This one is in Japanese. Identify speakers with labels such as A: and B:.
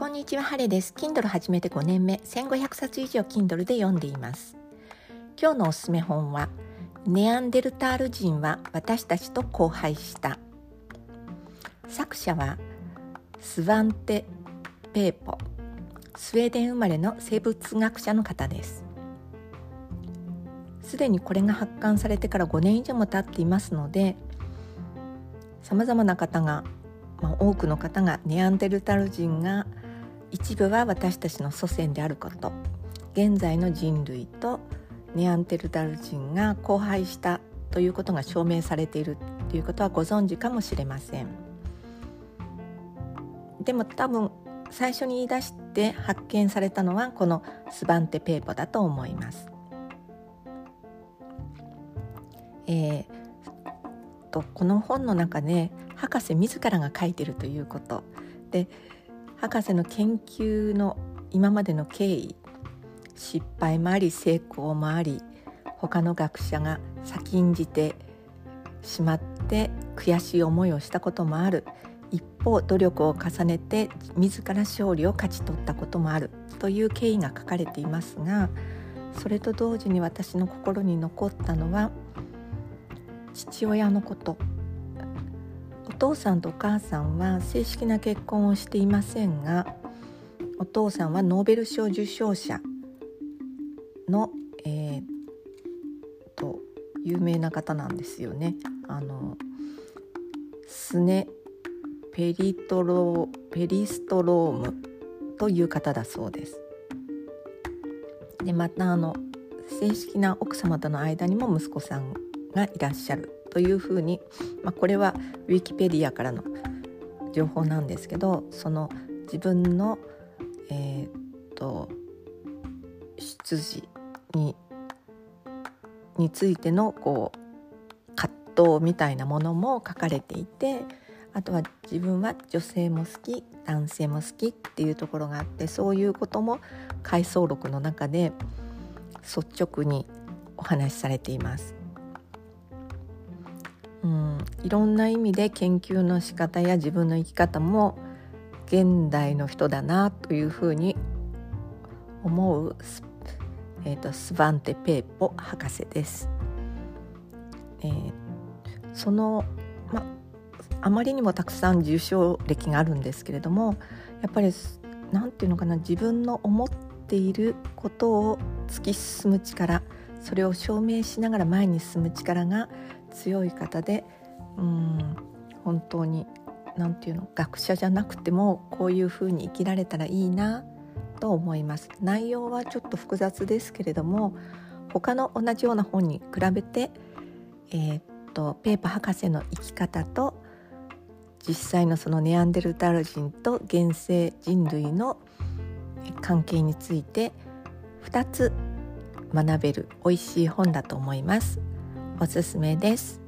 A: こんにちは、ハレです。 Kindle 始めて5年目、1500冊以上 Kindle で読んでいます。今日のおすすめ本は、ネアンデルタール人は私たちと交配した。作者はスバンテ・ペーポ、スウェーデン生まれの生物学者の方です。すでにこれが発刊されてから5年以上も経っていますので、さまざまな方が、多くの方がネアンデルタール人が一部は私たちの祖先であること、現在の人類とネアンデルタール人が交配したということが証明されているということはご存知かもしれません。でも多分最初に言い出して発見されたのはこのスバンテ・ペーポだと思います。この本の中で博士自らが書いているということで、博士の研究の今までの経緯、失敗もあり成功もあり、他の学者が先んじてしまって悔しい思いをしたこともある、一方努力を重ねて自ら勝利を勝ち取ったこともあるという経緯が書かれていますが、それと同時に私の心に残ったのは父親のこと。お父さんとお母さんは正式な結婚をしていませんが、お父さんはノーベル賞受賞者の、有名な方なんですよね。スネ・ペリストロームという方だそうです。でまた正式な奥様との間にも息子さんがいらっしゃるというふうに、これはウィキペディアからの情報なんですけど、その自分の、出自についての葛藤みたいなものも書かれていて、あとは自分は女性も好き男性も好きっていうところがあって、そういうことも回想録の中で率直にお話しされています。いろんな意味で研究の仕方や自分の生き方も現代の人だなというふうに思うスバンテ・ペーポ博士です。あまりにもたくさん受賞歴があるんですけれども、やっぱりなんていうのかな、自分の思っていることを突き進む力、それを証明しながら前に進む力が強い方で、本当に学者じゃなくてもこういうふうに生きられたらいいなと思います。内容はちょっと複雑ですけれども、他の同じような本に比べて、ペーパ博士の生き方と実際のそのネアンデルタール人と現世人類の関係について2つ学べる美味しい本だと思います。おすすめです。